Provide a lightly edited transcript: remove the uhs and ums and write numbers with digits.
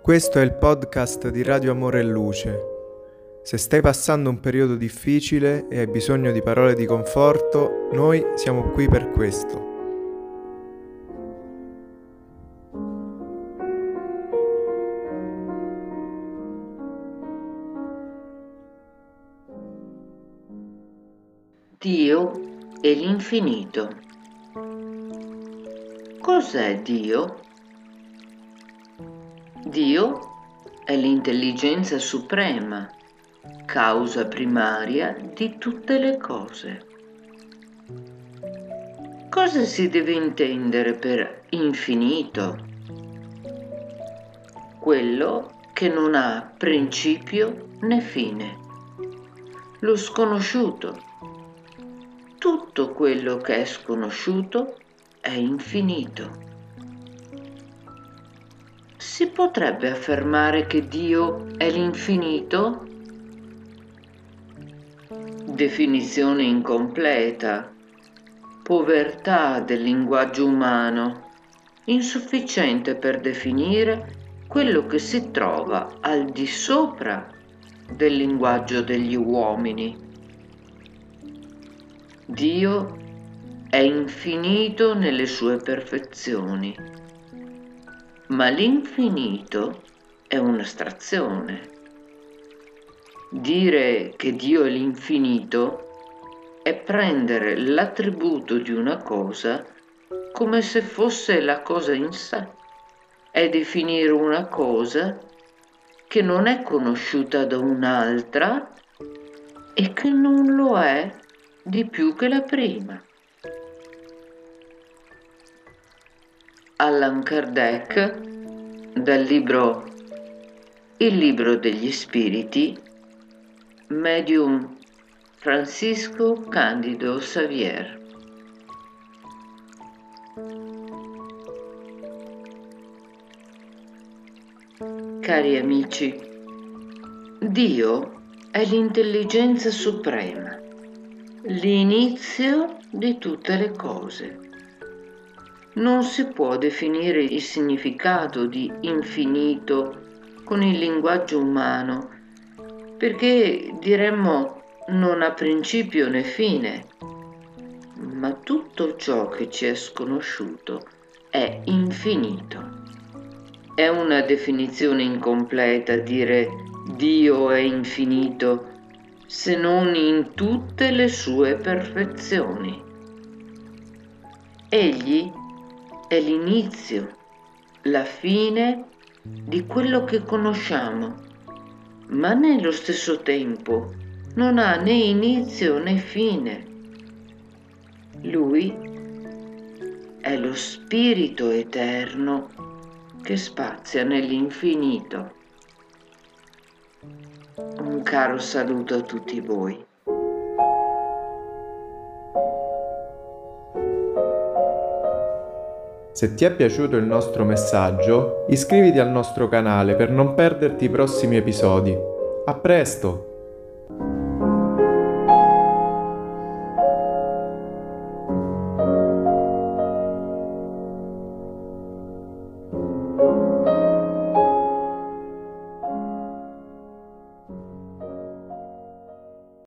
Questo è il podcast di Radio Amore e Luce. Se stai passando un periodo difficile e hai bisogno di parole di conforto, noi siamo qui per questo. Dio e l'infinito. Cos'è Dio? Dio è l'intelligenza suprema, causa primaria di tutte le cose. Cosa si deve intendere per infinito? Quello che non ha principio né fine. Lo sconosciuto. Tutto quello che è sconosciuto è infinito. Si potrebbe affermare che Dio è l'infinito? Definizione incompleta, povertà del linguaggio umano, insufficiente per definire quello che si trova al di sopra del linguaggio degli uomini. Dio è infinito nelle sue perfezioni, ma l'infinito è un'astrazione. Dire che Dio è l'infinito è prendere l'attributo di una cosa come se fosse la cosa in sé, è definire una cosa che non è conosciuta da un'altra e che non lo è di più che la prima. Allan Kardec, dal libro Il libro degli spiriti, medium Francisco Cándido Xavier. Cari amici, Dio è l'intelligenza suprema, l'inizio di tutte le cose. Non si può definire il significato di infinito con il linguaggio umano, perché diremmo non ha principio né fine, ma tutto ciò che ci è sconosciuto è infinito. È una definizione incompleta dire Dio è infinito se non in tutte le sue perfezioni. Egli è l'inizio, la fine di quello che conosciamo, ma nello stesso tempo non ha né inizio né fine. Lui è lo spirito eterno che spazia nell'infinito. Un caro saluto a tutti voi. Se ti è piaciuto il nostro messaggio, iscriviti al nostro canale per non perderti i prossimi episodi. A presto!